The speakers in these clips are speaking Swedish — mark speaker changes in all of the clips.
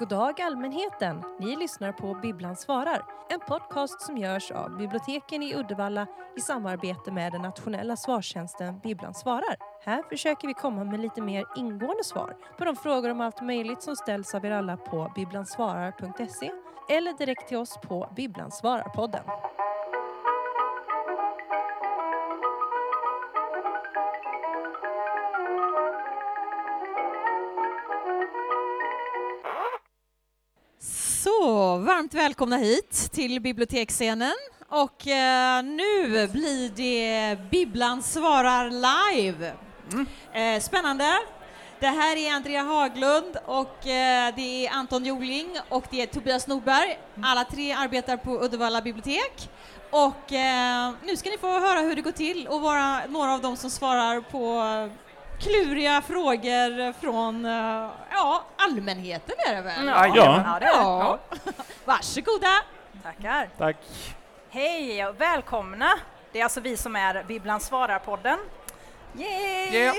Speaker 1: God dag allmänheten! Ni lyssnar på Bibblan svarar. En podcast som görs av biblioteken i Uddevalla i samarbete med den nationella svarstjänsten Bibblan svarar. Här försöker vi komma med lite mer ingående svar på de frågor om allt möjligt som ställs av er alla på bibblansvarar.se eller direkt till oss på Bibblan svarar-podden.
Speaker 2: Så, varmt välkomna hit till biblioteksscenen och nu blir det Bibblan svarar live. Spännande. Det här är Andrea Haglund och det är Anton Joling och det är Tobias Nordberg. Alla tre arbetar på Uddevalla bibliotek och nu ska ni få höra hur det går till och vara några av dem som svarar på kluriga frågor från allmänheten är det väl?
Speaker 3: Ja.
Speaker 2: Varsågoda.
Speaker 3: Tackar.
Speaker 4: Tack.
Speaker 3: Hej och välkomna. Det är alltså vi som är Bibblan svarar-podden. Yay!
Speaker 4: Yeah.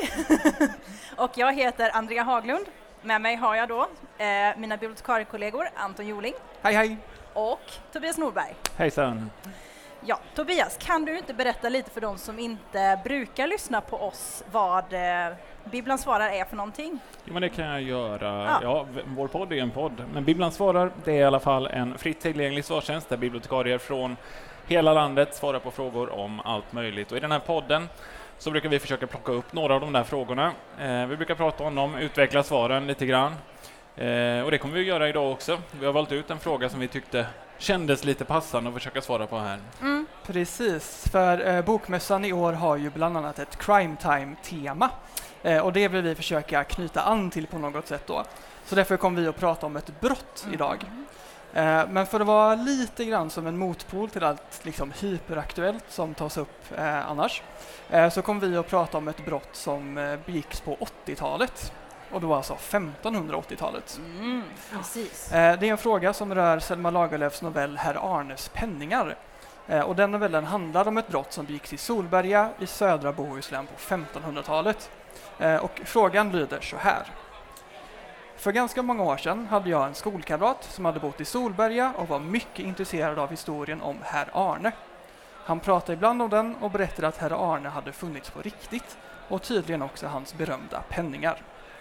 Speaker 3: Och jag heter Andrea Haglund. Med mig har jag då mina bibliotekariekollegor Anton Joling
Speaker 4: Hej hej.
Speaker 3: och Tobias Nordberg.
Speaker 4: Hejsan.
Speaker 3: Ja, Tobias, kan du inte berätta lite för de som inte brukar lyssna på oss vad Bibblan svarar är för någonting?
Speaker 4: Jo, men det kan jag göra. Ja, vår podd är en podd. Men Bibblan svarar, det är i alla fall en fritt tillgänglig svarstjänst där bibliotekarier från hela landet svarar på frågor om allt möjligt. Och i den här podden så brukar vi försöka plocka upp några av de där frågorna. Vi brukar prata om dem, utveckla svaren lite grann. Och det kommer vi göra idag också. Vi har valt ut en fråga som vi tyckte kändes lite passande att försöka svara på här.
Speaker 5: Precis, för Bokmässan i år har ju bland annat ett crime time-tema. Och det vill vi försöka knyta an till på något sätt då. Så därför kommer vi att prata om ett brott idag. Men för att vara lite grann som en motpol till allt liksom hyperaktuellt som tas upp annars, så kommer vi att prata om ett brott som begicks på 80-talet. Och det var alltså 1580-talet.
Speaker 3: Precis.
Speaker 5: Det är en fråga som rör Selma Lagerlöfs novell Herr Arnes penningar. Och den novellen handlar om ett brott som begicks i Solberga i södra Bohuslän på 1500-talet. Och frågan lyder så här. För ganska många år sedan hade jag en skolkamrat som hade bott i Solberga och var mycket intresserad av historien om Herr Arne. Han pratade ibland om den och berättade att Herr Arne hade funnits på riktigt och tydligen också hans berömda penningar.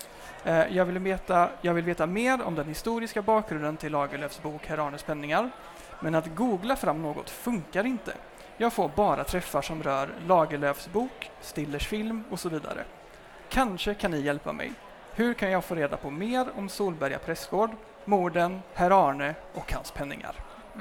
Speaker 5: Jag vill veta mer om den historiska bakgrunden till Lagerlöfs bok Herr Arnes penningar, men att googla fram något funkar inte. Jag får bara träffar som rör Lagerlöfs bok, Stillers film och så vidare. Kanske kan ni hjälpa mig. Hur kan jag få reda på mer om Solberga prästgård, morden, Herr Arne och hans penningar?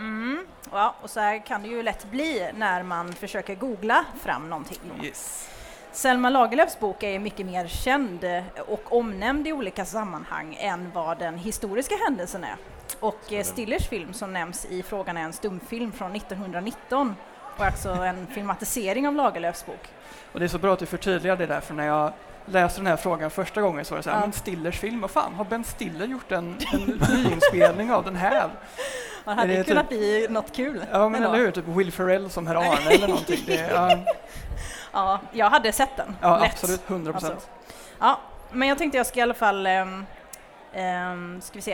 Speaker 3: Ja, och så här kan det ju lätt bli när man försöker googla fram någonting.
Speaker 5: Yes.
Speaker 3: Selma Lagerlöfs bok är mycket mer känd och omnämnd i olika sammanhang än vad den historiska händelsen är. Och Stillers film som nämns i frågan är en stumfilm från 1919 och alltså en filmatisering av Lagerlöfs bok.
Speaker 5: Och det är så bra att du förtydligar det där, för när jag läste den här frågan första gången så var det så här, men Stillers film, vad fan, har Ben Stiller gjort en nyinspelning av den här?
Speaker 3: Man hade
Speaker 5: det
Speaker 3: kunnat bli något kul.
Speaker 5: Ja, men eller hur, typ Will Ferrell som Herr Arne eller någonting.
Speaker 3: Ja, jag hade sett den.
Speaker 5: Ja,
Speaker 3: lätt.
Speaker 5: absolut, 100%.
Speaker 3: Alltså. Ja, men jag tänkte jag ska i alla fall ska vi se.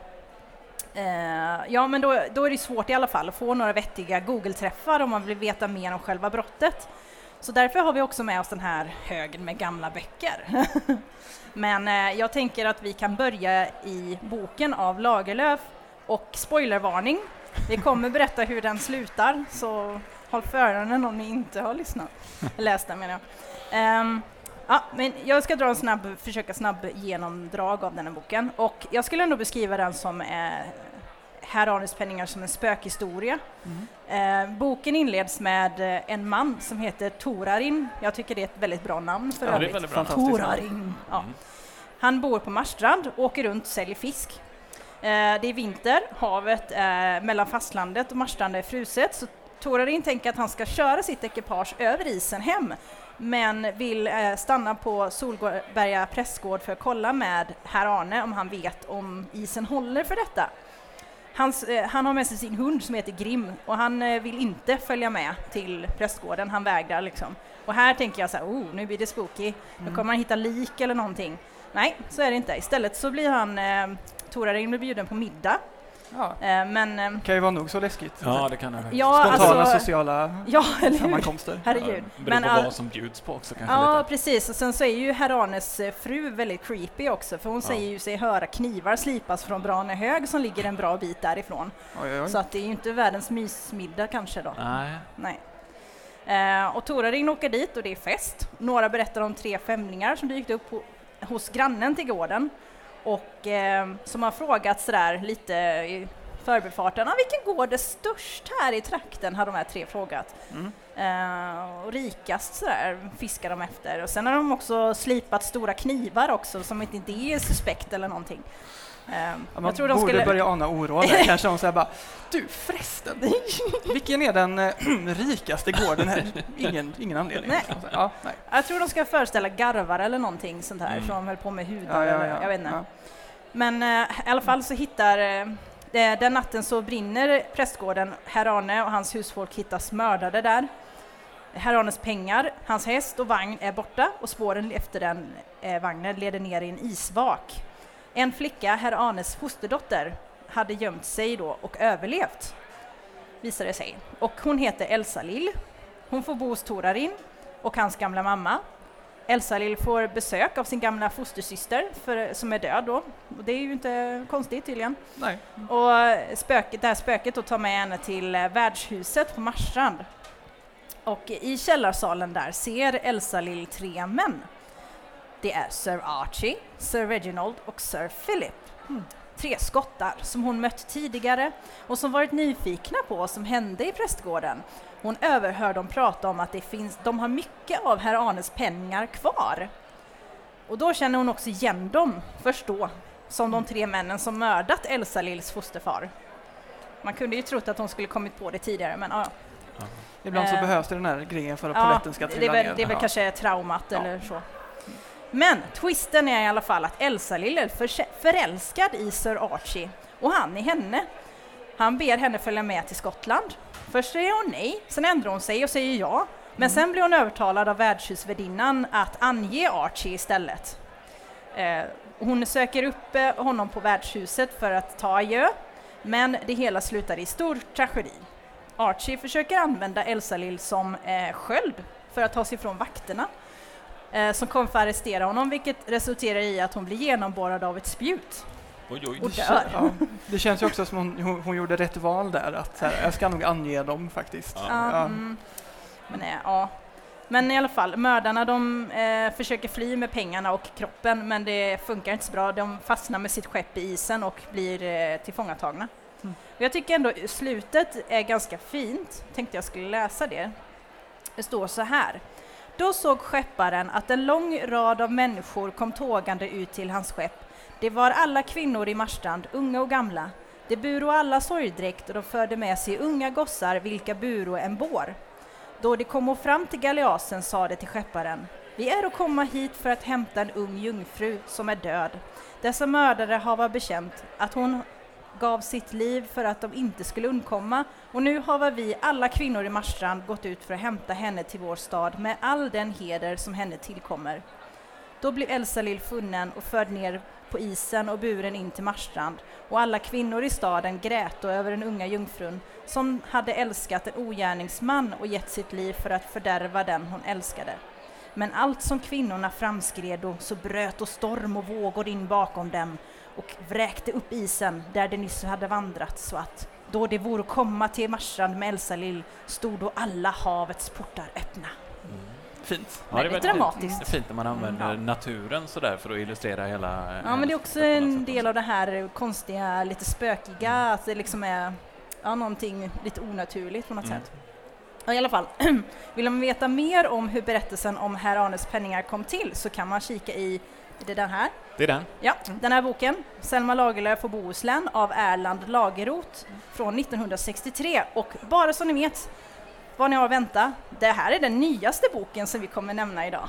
Speaker 3: Ja, men då är det svårt i alla fall att få några vettiga Google-träffar om man vill veta mer om själva brottet. Så därför har vi också med oss den här högen med gamla böcker. Men jag tänker att vi kan börja i boken av Lagerlöf och spoilervarning. Vi kommer berätta hur den slutar, så håll för öronen om ni inte har läst den menar jag. Ja, men jag ska dra försöka snabb genomdrag av den här boken. Och jag skulle ändå beskriva den som Herr Arnes penningar som en spökhistoria. Boken inleds med en man som heter Torarin. Jag tycker det är ett väldigt bra namn för övrigt.
Speaker 4: Det är väldigt bra.
Speaker 3: Torarin. Ja. Han bor på Marstrand, åker runt och säljer fisk. Det är vinter, havet är mellan fastlandet och Marstrand är fruset. Så Torarin tänker att han ska köra sitt ekipage över isen hem, men vill stanna på Solberga prästgård för att kolla med Herr Arne om han vet om isen håller för detta. Han har med sig sin hund som heter Grim och han vill inte följa med till prästgården, han vägrar liksom. Och här tänker jag så här, nu blir det spooky, nu kommer han hitta lik eller någonting. Nej, så är det inte. Istället så blir han Torarin blev bjuden på middag.
Speaker 5: Ja.
Speaker 3: Men
Speaker 5: kan ju vara nog så läskigt.
Speaker 4: Ja, det kan det.
Speaker 5: Spontana sociala sammankomster.
Speaker 3: Herregud.
Speaker 4: Men vad som bjuds på också kanske.
Speaker 3: Ja,
Speaker 4: lite.
Speaker 3: precis. Och sen så är ju herr Arnes fru väldigt creepy också, för hon säger ju sig höra knivar slipas från Branehög som ligger en bra bit därifrån.
Speaker 5: Oj.
Speaker 3: Så att det är ju inte världens mysmiddag kanske då. Nej. Och Torarin åker dit och det är fest. Några berättar om 3 främlingar som dykt upp hos grannen till gården. Och som har frågat sådär lite i förbifarten, vilken gård är störst här i trakten, har de här 3 frågat. Och rikast sådär fiskar de efter. Och sen har de också slipat stora knivar också, som inte är suspekt eller någonting.
Speaker 5: Man tror de borde börja ana oro där. Kanske de säger bara, du förresten, vilken är den rikaste gården här? Ingen anledning.
Speaker 3: Nej.
Speaker 5: Nej.
Speaker 3: Jag tror de ska föreställa garvar eller någonting sånt här, som de höll på med hudar eller jag vet inte. Men i alla fall så hittar den natten så brinner prästgården. Herr Arne och hans husfolk hittas mördade där. Herr Arnes pengar, hans häst och vagn är borta och spåren efter den vagnen leder ner i en isvak. En flicka, herr Arnes fosterdotter, hade gömt sig då och överlevt, visar det sig. Och hon heter Elsalill. Hon får bo hos Torarin och hans gamla mamma. Elsalill får besök av sin gamla fostersyster som är död då. Och det är ju inte konstigt tydligen.
Speaker 5: Nej.
Speaker 3: Och spöket då tar med henne till värdshuset på Marstrand. Och i källarsalen där ser Elsalill 3 män. Det är Sir Archie, Sir Reginald och Sir Philip. 3 skottar som hon mött tidigare och som varit nyfikna på vad som hände i prästgården. Hon överhör dem prata om att de har mycket av herr Arnes pengar kvar. Och då känner hon också igen dem, först då, som de 3 männen som mördat Elsalills fosterfar. Man kunde ju trott att hon skulle kommit på det tidigare, men ja.
Speaker 5: Ibland så behövs det den här grejen för att polletten ska trilla ner.
Speaker 3: Det är väl kanske traumat eller så. Men twisten är i alla fall att Elsalill är förälskad i Sir Archie och han i henne. Han ber henne följa med till Skottland. Först säger hon nej, sen ändrar hon sig och säger ja. Men sen blir hon övertalad av värdshusvärdinnan att ange Archie istället. Hon söker upp honom på värdshuset för att ta adjö, men det hela slutar i stor tragedi. Archie försöker använda Elsalill som sköld för att ta sig från vakterna som kommer för att arrestera honom, vilket resulterar i att hon blir genomborrad av ett spjut.
Speaker 4: Oj.
Speaker 3: Och dör.
Speaker 5: Det känns ju också som hon gjorde rätt val där, att jag ska nog ange dem faktiskt. Men i alla fall, mördarna försöker fly med pengarna och kroppen, men det funkar inte så bra. De fastnar med sitt skepp i isen och blir tillfångatagna. Jag tycker ändå slutet är ganska fint. Tänkte jag skulle läsa det. Det står så här. Då såg skepparen att en lång rad av människor kom tågande ut till hans skepp. Det var alla kvinnor i Marstrand, unga och gamla. De buro alla sorgdräkt och de förde med sig unga gossar, vilka buro en bår. Då de kom fram till galeasen sa det till skepparen: vi är att komma hit för att hämta en ung jungfru som är död. Dessa mördare har bekänt att hon gav sitt liv för att de inte skulle undkomma, och nu har vi alla kvinnor i Marstrand gått ut för att hämta henne till vår stad med all den heder som henne tillkommer. Då blev Elsalill funnen och förd ner på isen och buren in till Marstrand, och alla kvinnor i staden grät över den unga jungfrun som hade älskat en ogärningsman och gett sitt liv för att fördärva den hon älskade. Men allt som kvinnorna framskred så bröt och storm och vågor in bakom dem och vräkte upp isen där de nyss hade vandrat, så att då det vore komma till Marstrand med Elsalill stod då alla havets portar öppna. Fint.
Speaker 4: Ja, det är väldigt
Speaker 3: dramatiskt.
Speaker 4: Fint när man använder naturen så där för att illustrera hela...
Speaker 3: Ja, men det är också en del av det här konstiga, lite spökiga, att det liksom är någonting lite onaturligt på något sätt. Ja, i alla fall, vill man veta mer om hur berättelsen om herr Arnes penningar kom till, så kan man kika i den här.
Speaker 4: Det är den?
Speaker 3: Ja, den här boken, Selma Lagerlöf och Bohuslän av Erland Lagerroth från 1963. Och bara så ni vet vad ni har att vänta, det här är den nyaste boken som vi kommer nämna idag.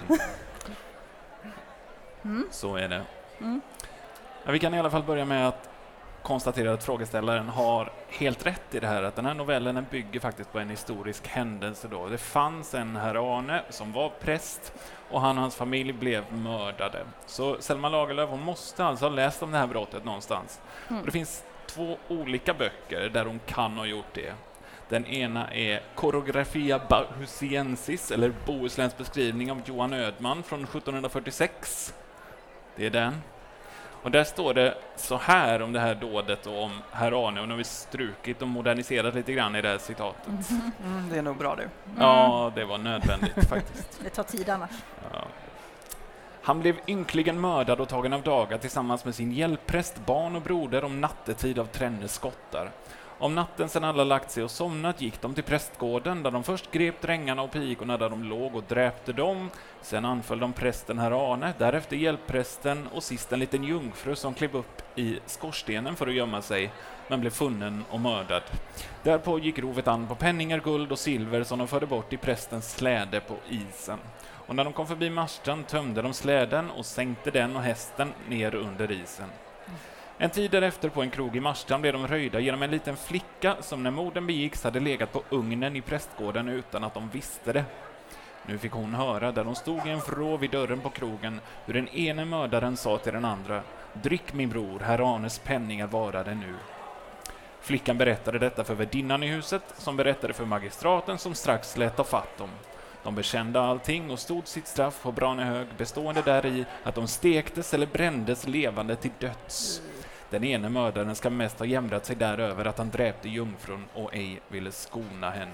Speaker 4: Så är det. Ja, vi kan i alla fall börja med att konstaterar att frågeställaren har helt rätt i det här, att den här novellen den bygger faktiskt på en historisk händelse då. Det fanns en herr Arne som var präst och han och hans familj blev mördade. Så Selma Lagerlöf, hon måste alltså ha läst om det här brottet någonstans. Och det finns 2 olika böcker där hon kan ha gjort det. Den ena är Chorographia Bohusiensis, eller Bohusläns beskrivning av Johan Ödman från 1746. Det är den. Och där står det så här om det här dådet och om herr Arne, och nu har vi strukit och moderniserat lite grann i det här citatet.
Speaker 5: Det är nog bra det.
Speaker 4: Ja, det var nödvändigt faktiskt.
Speaker 3: Det tar tid annars.
Speaker 4: Ja. Han blev ynkligen mördad och tagen av daga tillsammans med sin hjälppräst, barn och broder om nattetid av tränne skottar. Om natten sedan alla lagt sig och somnat gick de till prästgården där de först grep drängarna och pikorna där de låg och dräpte dem. Sen anföll de prästen herr Arne, därefter hjälpprästen och sist en liten jungfru som klev upp i skorstenen för att gömma sig men blev funnen och mördad. Därpå gick rovet an på penningar, guld och silver som de förde bort i prästens släde på isen. Och när de kom förbi Marstrand tömde de släden och sänkte den och hästen ner under isen. En tid därefter på en krog i Marstrand blev de röjda genom en liten flicka som när morden begicks hade legat på ugnen i prästgården utan att de visste det. Nu fick hon höra där de stod i en vrå vid dörren på krogen hur den ene mördaren sa till den andra: "Drick min bror, herr Arnes penningar varade nu." Flickan berättade detta för värdinnan i huset som berättade för magistraten som strax lät ta fatt dem. De bekände allting och stod sitt straff på Branehög bestående däri att de stektes eller brändes levande till döds. Den ene mördaren ska mest ha jämrat sig däröver att han dräpte jungfrun och ej ville skona henne.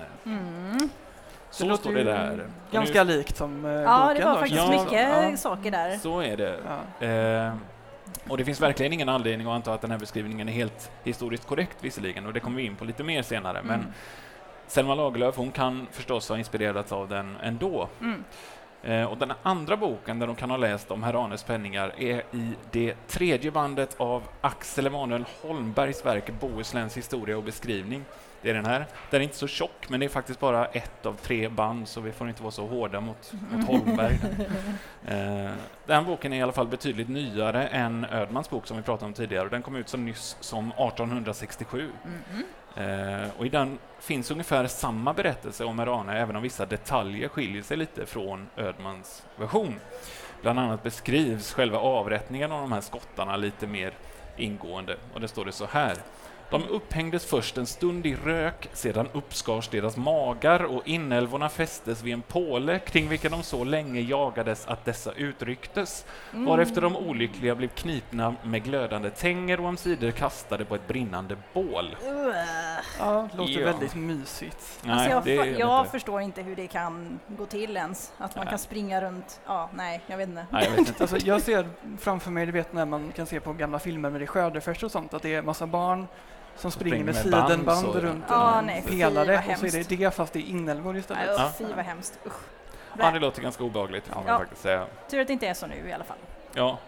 Speaker 4: Så
Speaker 5: det
Speaker 4: står det där.
Speaker 5: Ganska likt som boken.
Speaker 3: Ja, det var faktiskt
Speaker 4: Ja,
Speaker 3: mycket saker där.
Speaker 4: Så är det.
Speaker 5: Ja.
Speaker 4: Och det finns verkligen ingen anledning att anta att den här beskrivningen är helt historiskt korrekt visserligen, och det kommer vi in på lite mer senare. Men Selma Lagerlöf, hon kan förstås ha inspirerats av den ändå. Och den andra boken där de kan ha läst om herr Arnes penningar är i det 3:e bandet av Axel Emanuel Holmbergs verk Bohusläns historia och beskrivning. Det är den här. Den är inte så tjock, men det är faktiskt bara 1 av 3 band, så vi får inte vara så hårda mot Holmberg. Den boken är i alla fall betydligt nyare än Ödmans bok som vi pratade om tidigare, och den kom ut så nyss som 1867. Och i den finns ungefär samma berättelse om herr Arne, även om vissa detaljer skiljer sig lite från Ödmans version. Bland annat beskrivs själva avrättningen av de här skottarna lite mer ingående, och det står det så här: "De upphängdes först en stund i rök, sedan uppskars deras magar och inälvorna fästes vid en påle kring vilka de så länge jagades att dessa utrycktes, varefter de olyckliga blev knipna med glödande tänger och omsider kastade på ett brinnande bål."
Speaker 5: Ja, det låter
Speaker 4: Ja.
Speaker 5: väldigt mysigt.
Speaker 4: Nej,
Speaker 3: Alltså
Speaker 4: det är
Speaker 3: jag
Speaker 4: inte.
Speaker 3: förstår inte hur det kan gå till ens. Att man kan springa runt. Ja, nej, jag vet inte.
Speaker 4: Nej, jag vet inte.
Speaker 5: Alltså, jag ser framför mig, du vet när man kan se på gamla filmer med skördefärs och sånt, att det är massa barn som springer med sidenband
Speaker 4: band, så,
Speaker 5: runt
Speaker 3: Ja,
Speaker 5: en
Speaker 3: nej, fy,
Speaker 5: pelare,
Speaker 3: vad
Speaker 5: och så är
Speaker 3: hemskt.
Speaker 5: det fast det är inälvor istället.
Speaker 3: Nej,
Speaker 4: Ja.
Speaker 3: fy vad hemskt. Usch.
Speaker 4: Ja, det låter ganska obehagligt, får man
Speaker 3: Ja.
Speaker 4: faktiskt säga.
Speaker 3: Tur att det inte är så nu i alla fall.
Speaker 4: Ja,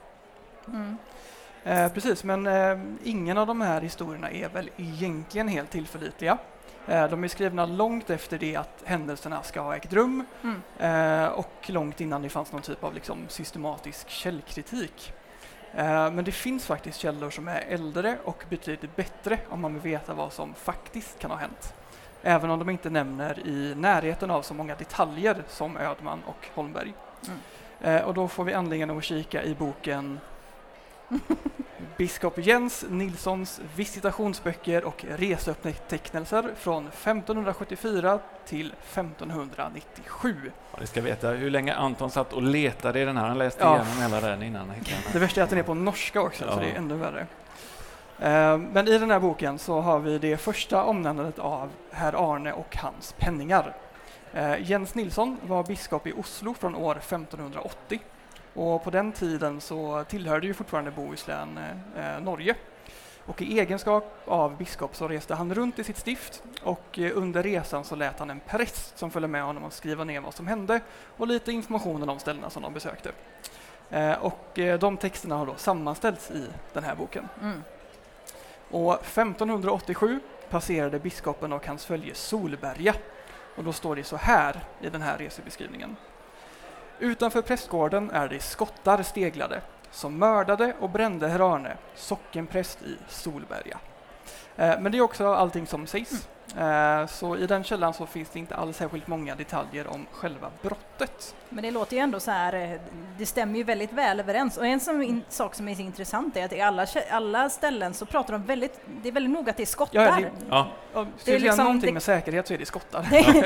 Speaker 5: Precis, men ingen av de här historierna är väl egentligen helt tillförlitliga. De är skrivna långt efter det att händelserna ska ha ägt rum och långt innan det fanns någon typ av liksom, systematisk källkritik. Men det finns faktiskt källor som är äldre och betydligt bättre om man vill veta vad som faktiskt kan ha hänt. Även om de inte nämner i närheten av så många detaljer som Ödman och Holmberg. Och då får vi anledning att kika i boken Biskop Jens Nilssons visitationsböcker och reseupptecknelser från 1574 till 1597.
Speaker 4: och det ska veta hur länge Anton satt och letade i den här. Han läste
Speaker 5: Ja.
Speaker 4: igenom hela den innan han hittade den.
Speaker 5: Det värsta är att den är på norska också,
Speaker 4: Ja.
Speaker 5: så det är ännu värre. Men i den här boken så har vi det första omnämnandet av herr Arne och hans penningar. Jens Nilsson var biskop i Oslo från år 1580. Och på den tiden så tillhörde ju fortfarande Bohuslän Norge. Och i egenskap av biskop så reste han runt i sitt stift, och under resan så lät han en präst som följde med honom att skriva ner vad som hände och lite information om de ställena som de besökte. Och de texterna har då sammanställts i den här boken. Och 1587 passerade biskopen och hans följe Solberga, och då står det så här i den här resebeskrivningen. Utanför prästgården är det skottar steglade. som mördade och brände herr Arne, sockenpräst i Solberga. Men det är också allting som sägs. Så i den källan så finns det inte alls särskilt många detaljer om själva brottet.
Speaker 3: Men det låter ju ändå så här, det stämmer ju väldigt väl överens. Och sak som är så intressant är att i alla ställen så pratar de det är väldigt noga att det är skottar.
Speaker 5: Det är liksom någonting med säkerhet så är det skottar.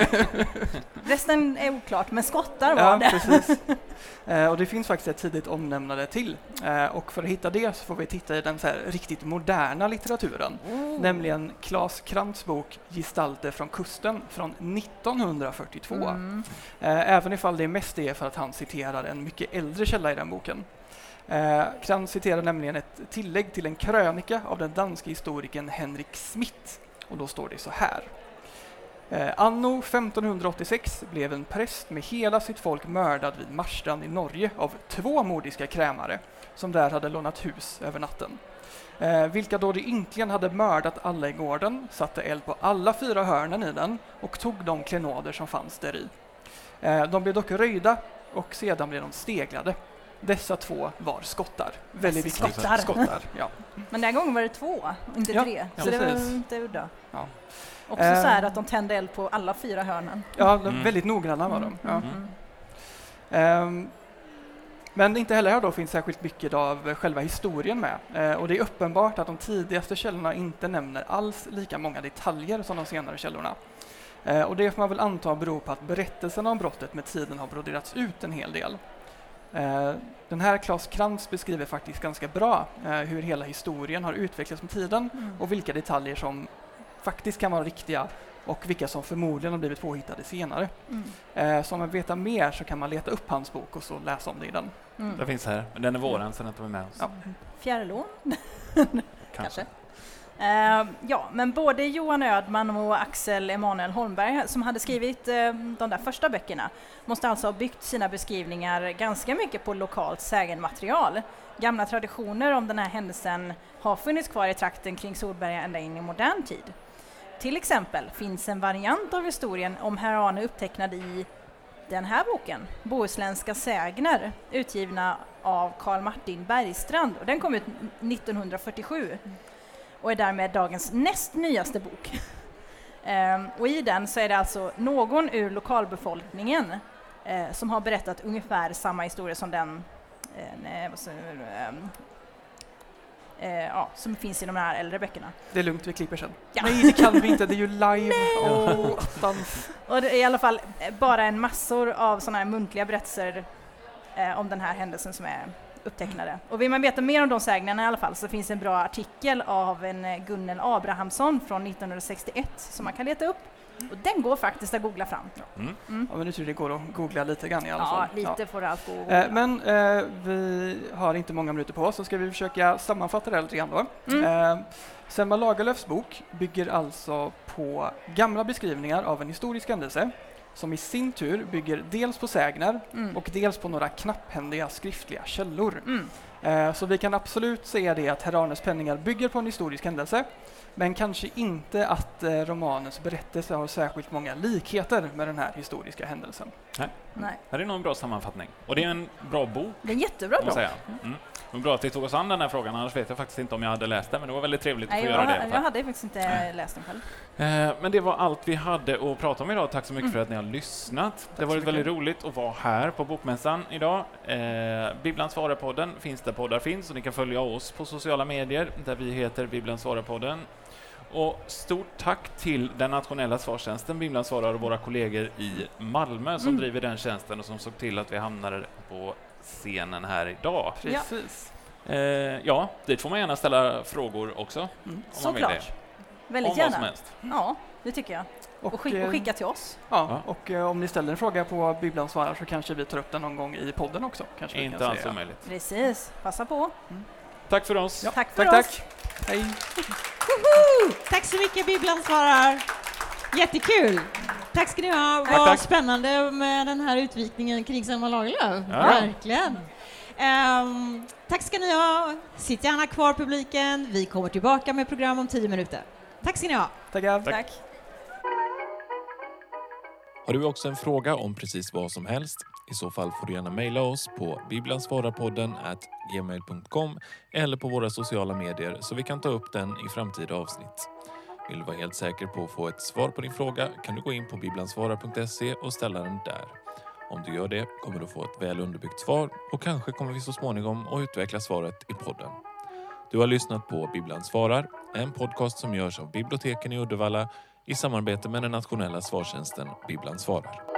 Speaker 3: Resten är oklart, men skottar var det.
Speaker 5: Precis. Och det finns faktiskt ett tidigt omnämnande till. Och för att hitta det så får vi titta i den så här riktigt moderna litteraturen. Nämligen Claes Krantz bok Gestalter från kusten från 1942. Även ifall det mest är för att han citerar en mycket äldre källa i den boken. Krantz citerar nämligen ett tillägg till en krönika av den danska historikern Henrik Smith. Och då står det så här. Anno 1586 blev en präst med hela sitt folk mördad vid Marstrand i Norge av 2 mordiska krämare som där hade lånat hus över natten. Vilka då de ynkligen hade mördat alla i gården, satte eld på alla 4 hörnen i den och tog de klenoder som fanns där i. De blev dock röjda och sedan blev de steglade. Dessa 2 var skottar. Väldigt viktigt. Skottar, ja.
Speaker 3: Men den gången var det 2, inte 3. Så det var inte udda.
Speaker 5: Ja.
Speaker 3: Också så här att de tände eld på alla 4 hörnen.
Speaker 5: Ja, väldigt noggranna var de. Ja. Men inte heller här då finns särskilt mycket av själva historien med. Och det är uppenbart att de tidigaste källorna inte nämner alls lika många detaljer som de senare källorna. Och det får man väl anta beror på att berättelsen om brottet med tiden har broderats ut en hel del. Den här Claes Krantz beskriver faktiskt ganska bra hur hela historien har utvecklats med tiden och vilka detaljer som faktiskt kan vara riktiga och vilka som förmodligen har blivit påhittade senare. Så om man vill veta mer så kan man leta upp hans bok och så läsa om det i den.
Speaker 4: Det finns här, men den är våran så den tar vi med oss.
Speaker 5: Ja.
Speaker 3: Fjärrlån?
Speaker 4: Kanske.
Speaker 3: Men både Johan Ödman och Axel Emanuel Holmberg som hade skrivit de där första böckerna måste alltså ha byggt sina beskrivningar ganska mycket på lokalt sägenmaterial. Gamla traditioner om den här händelsen har funnits kvar i trakten kring Solberga ända in i modern tid. Till exempel finns en variant av historien om herr Arne upptecknad i den här boken, Bohuslänska sägner, utgivna av Carl Martin Bergstrand. Och den kom ut 1947 och är därmed dagens näst nyaste bok. Och i den så är det alltså någon ur lokalbefolkningen som har berättat ungefär samma historia som den som finns i de här äldre böckerna.
Speaker 5: Det är lugnt, vi klipper sen.
Speaker 3: Ja.
Speaker 5: Nej, det kan vi inte, det är ju live.
Speaker 3: Och det är i alla fall bara en massor av sådana här muntliga berättelser om den här händelsen som är upptecknade. Och vill man veta mer om de sägnerna i alla fall så finns en bra artikel av en Gunnel Abrahamsson från 1961 som man kan leta upp. Och den går faktiskt att googla fram.
Speaker 5: Ja, men nu tror jag det går att googla lite grann i alla fall.
Speaker 3: Ja, lite får det allt gå att googla.
Speaker 5: Men vi har inte många minuter på oss så ska vi försöka sammanfatta det lite grann då. Selma Lagerlöfs bok bygger alltså på gamla beskrivningar av en historisk händelse som i sin tur bygger dels på sägner och dels på några knapphändiga skriftliga källor. Så vi kan absolut säga det att herr Arnes penningar bygger på en historisk händelse, men kanske inte att romanens berättelse har särskilt många likheter med den här historiska händelsen.
Speaker 3: Nej.
Speaker 4: Det är nog en bra sammanfattning. Och det är en bra bok.
Speaker 3: Det är en jättebra bok.
Speaker 4: Det var bra att vi tog oss an den här frågan, annars vet jag faktiskt inte om jag hade läst den, men det var väldigt trevligt att få göra det.
Speaker 3: Jag hade faktiskt inte läst den själv.
Speaker 4: Men det var allt vi hade att prata om idag. Tack så mycket för att ni har lyssnat. Det har varit väldigt roligt att vara här på Bokmässan idag. Bibeln svarar-podden finns där poddar finns, och ni kan följa oss på sociala medier där vi heter Bibeln svarar-podden. Och stort tack till den nationella svarstjänsten Bibeln svarar och våra kollegor i Malmö som driver den tjänsten och som såg till att vi hamnade på scenen här idag.
Speaker 5: Precis.
Speaker 4: Dit får man gärna ställa frågor också. Om man vill det.
Speaker 3: Väldigt
Speaker 4: om
Speaker 3: gärna.
Speaker 4: Vad som helst.
Speaker 3: Ja, det tycker jag. Och skicka till oss.
Speaker 5: Ja, och om ni ställer en fråga på Bibeln svarar så kanske vi tar upp den någon gång i podden också. Kanske
Speaker 4: inte alls omöjligt.
Speaker 3: Precis, passa på.
Speaker 4: Tack för oss.
Speaker 5: Ja,
Speaker 3: tack för oss.
Speaker 5: Hej.
Speaker 2: Tack så mycket Bibeln svarar. Jättekul. Tack ska ni ha. Vad spännande med den här utvikningen kring Selma Lagerlöf.
Speaker 4: Ja.
Speaker 2: Verkligen. Tack ska ni ha. Sitt gärna kvar publiken. Vi kommer tillbaka med program om 10 minuter. Tack ska ni ha.
Speaker 5: Tackar.
Speaker 3: Tack.
Speaker 6: Har du också en fråga om precis vad som helst? I så fall får du gärna mejla oss på biblansvararpodden@gmail.com eller på våra sociala medier så vi kan ta upp den i framtida avsnitt. Vill du vara helt säker på att få ett svar på din fråga kan du gå in på biblansvarar.se och ställa den där. Om du gör det kommer du få ett väl underbyggt svar och kanske kommer vi så småningom att utveckla svaret i podden. Du har lyssnat på Bibeln svarar, en podcast som görs av biblioteken i Uddevalla i samarbete med den nationella svartjänsten Bibeln svarar.